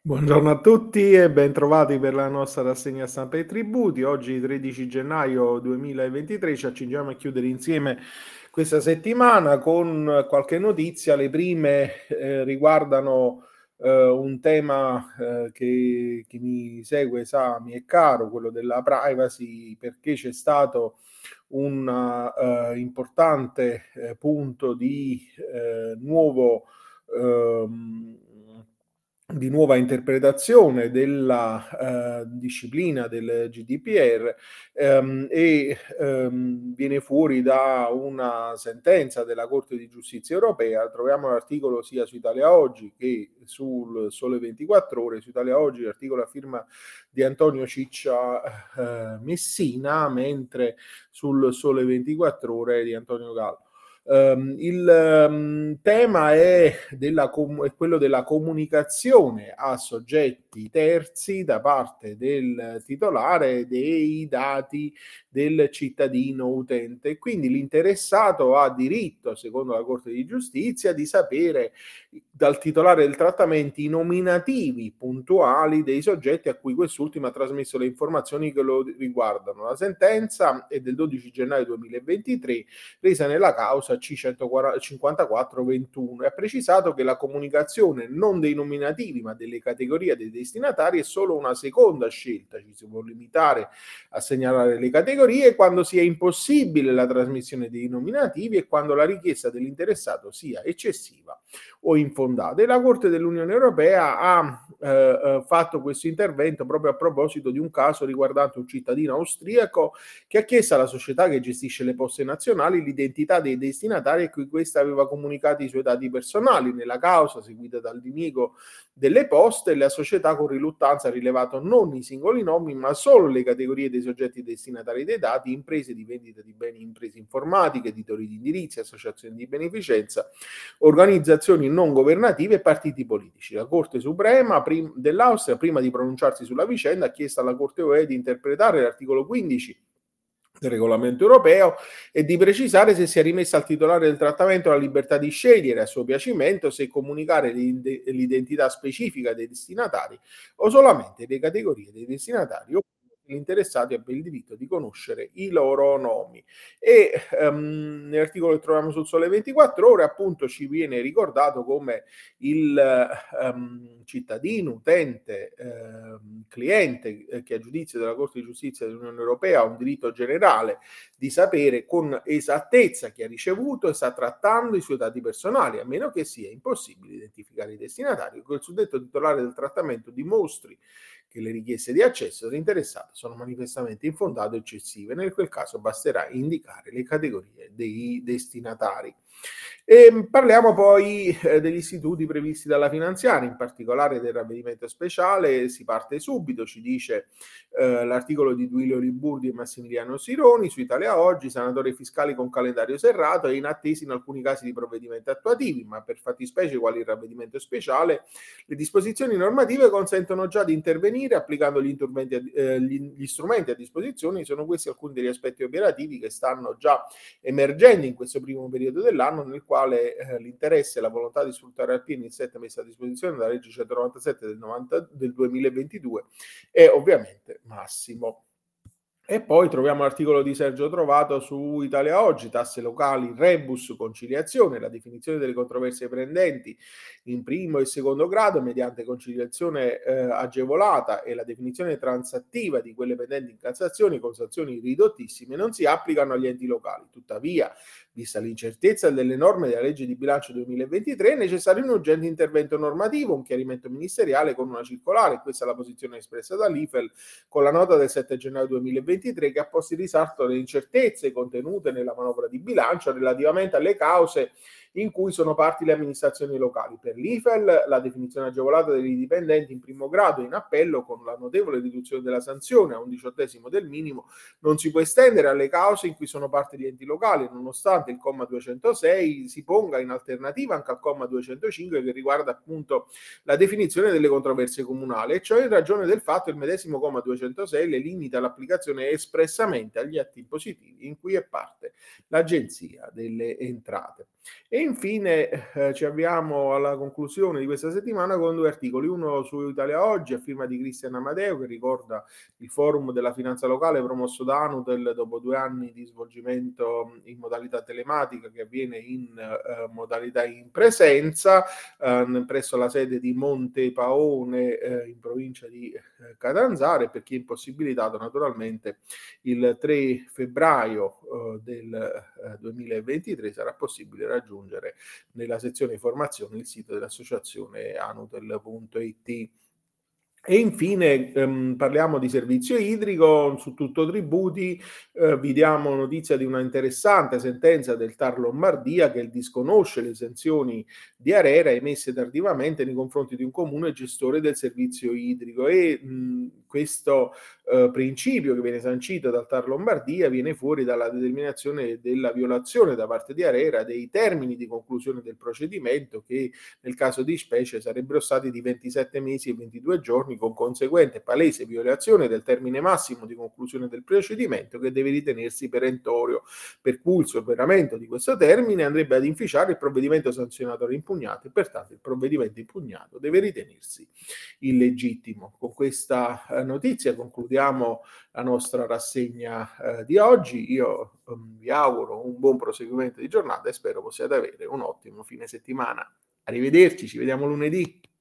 Buongiorno a tutti e bentrovati per la nostra rassegna stampa e tributi. Oggi 13 gennaio 2023 ci accingiamo a chiudere insieme questa settimana con qualche notizia. Le prime riguardano un tema che chi mi segue sa mi è caro, quello della privacy, perché c'è stato un importante punto ehm, di nuova interpretazione della disciplina del GDPR viene fuori da una sentenza della Corte di Giustizia europea. Troviamo l'articolo sia su Italia Oggi che sul Sole 24 Ore. Su Italia Oggi l'articolo a firma di Antonio Ciccia Messina, mentre sul Sole 24 Ore di Antonio Gallo. Il tema è quello della comunicazione a soggetti terzi da parte del titolare dei dati del cittadino utente. Quindi l'interessato ha diritto, secondo la Corte di Giustizia, di sapere dal titolare del trattamento i nominativi puntuali dei soggetti a cui quest'ultimo ha trasmesso le informazioni che lo riguardano. La sentenza è del 12 gennaio 2023, resa nella causa C5421, e ha precisato che la comunicazione non dei nominativi ma delle categorie dei destinatari è solo una seconda scelta. Ci si può limitare a segnalare le categorie quando sia impossibile la trasmissione dei nominativi e quando la richiesta dell'interessato sia eccessiva o infondata. E la Corte dell'Unione Europea ha fatto questo intervento proprio a proposito di un caso riguardante un cittadino austriaco che ha chiesto alla società che gestisce le poste nazionali l'identità dei destinatari a cui questa aveva comunicato i suoi dati personali. Nella causa, seguita dal diniego delle poste, la società con riluttanza ha rilevato non i singoli nomi, ma solo le categorie dei soggetti destinatari dei dati: imprese di vendita di beni, imprese informatiche, editori di indirizzi, associazioni di beneficenza, organizzazioni non governative e partiti politici. La Corte Suprema dell'Austria, prima di pronunciarsi sulla vicenda, ha chiesto alla Corte UE di interpretare l'articolo 15 del regolamento europeo e di precisare se sia rimessa al titolare del trattamento la libertà di scegliere a suo piacimento se comunicare l'identità specifica dei destinatari o solamente le categorie dei destinatari, o gli interessati abbiano il diritto di conoscere i loro nomi. E nell'articolo che troviamo sul Sole 24 Ore appunto ci viene ricordato come il cittadino, utente, cliente che a giudizio della Corte di Giustizia dell'Unione Europea ha un diritto generale di sapere con esattezza chi ha ricevuto e sta trattando i suoi dati personali, a meno che sia impossibile identificare i destinatari. Quel suddetto titolare del trattamento dimostri che le richieste di accesso dell'interessato sono manifestamente infondate o eccessive. Nel quel caso basterà indicare le categorie dei destinatari. Parliamo poi degli istituti previsti dalla finanziaria, in particolare del ravvedimento speciale. Si parte subito, ci dice l'articolo di Duilio Liburdi e Massimiliano Sironi su Italia Oggi: sanatori fiscali con calendario serrato e inattesi in alcuni casi di provvedimenti attuativi, ma per fattispecie quali il ravvedimento speciale le disposizioni normative consentono già di intervenire applicando gli strumenti a disposizione. Sono questi alcuni degli aspetti operativi che stanno già emergendo in questo primo periodo dell'anno, nel quale l'interesse e la volontà di sfruttare appieno il set messo a disposizione dalla legge 197 del 2022 è ovviamente massimo. E poi troviamo l'articolo di Sergio Trovato su Italia Oggi: tasse locali, rebus, conciliazione, la definizione delle controversie pendenti in primo e secondo grado mediante conciliazione agevolata e la definizione transattiva di quelle pendenti in Cassazione con sanzioni ridottissime non si applicano agli enti locali. Tuttavia, vista l'incertezza delle norme della legge di bilancio 2023, è necessario un urgente intervento normativo, un chiarimento ministeriale con una circolare. Questa è la posizione espressa dall'IFEL con la nota del 7 gennaio 2023, che ha posto in risalto le incertezze contenute nella manovra di bilancio relativamente alle cause in cui sono parti le amministrazioni locali. Per l'IFEL la definizione agevolata degli dipendenti in primo grado in appello, con la notevole riduzione della sanzione a un diciottesimo del minimo, non si può estendere alle cause in cui sono parte di enti locali, nonostante il comma 206 si ponga in alternativa anche al comma 205 che riguarda appunto la definizione delle controversie comunali, e ciò in ragione del fatto che il medesimo comma 206 le limita l'applicazione espressamente agli atti impositivi in cui è parte l'Agenzia delle Entrate. E infine ci avviamo alla conclusione di questa settimana con 2 articoli, uno su Italia Oggi a firma di Cristian Amadeo, che ricorda il forum della finanza locale promosso da Anutel dopo 2 anni di svolgimento in modalità telematica, che avviene in modalità in presenza presso la sede di Monte Paone in provincia di Catanzaro, e per chi è impossibilitato naturalmente il 3 febbraio del 2023 sarà possibile raggiungere nella sezione informazioni il sito dell'associazione anutel.it. E infine parliamo di servizio idrico. Su Tutto Tributi vi diamo notizia di una interessante sentenza del TAR Lombardia, che disconosce le esenzioni di ARERA emesse tardivamente nei confronti di un comune gestore del servizio idrico, e questo principio, che viene sancito dal TAR Lombardia, viene fuori dalla determinazione della violazione da parte di ARERA dei termini di conclusione del procedimento, che nel caso di specie sarebbero stati di 27 mesi e 22 giorni, con conseguente palese violazione del termine massimo di conclusione del procedimento, che deve ritenersi perentorio, per cui il superamento di questo termine andrebbe ad inficiare il provvedimento sanzionatorio impugnato, e pertanto il provvedimento impugnato deve ritenersi illegittimo. Con questa notizia concludiamo la nostra rassegna di oggi. Io vi auguro un buon proseguimento di giornata e spero possiate avere un ottimo fine settimana. Arrivederci, ci vediamo lunedì.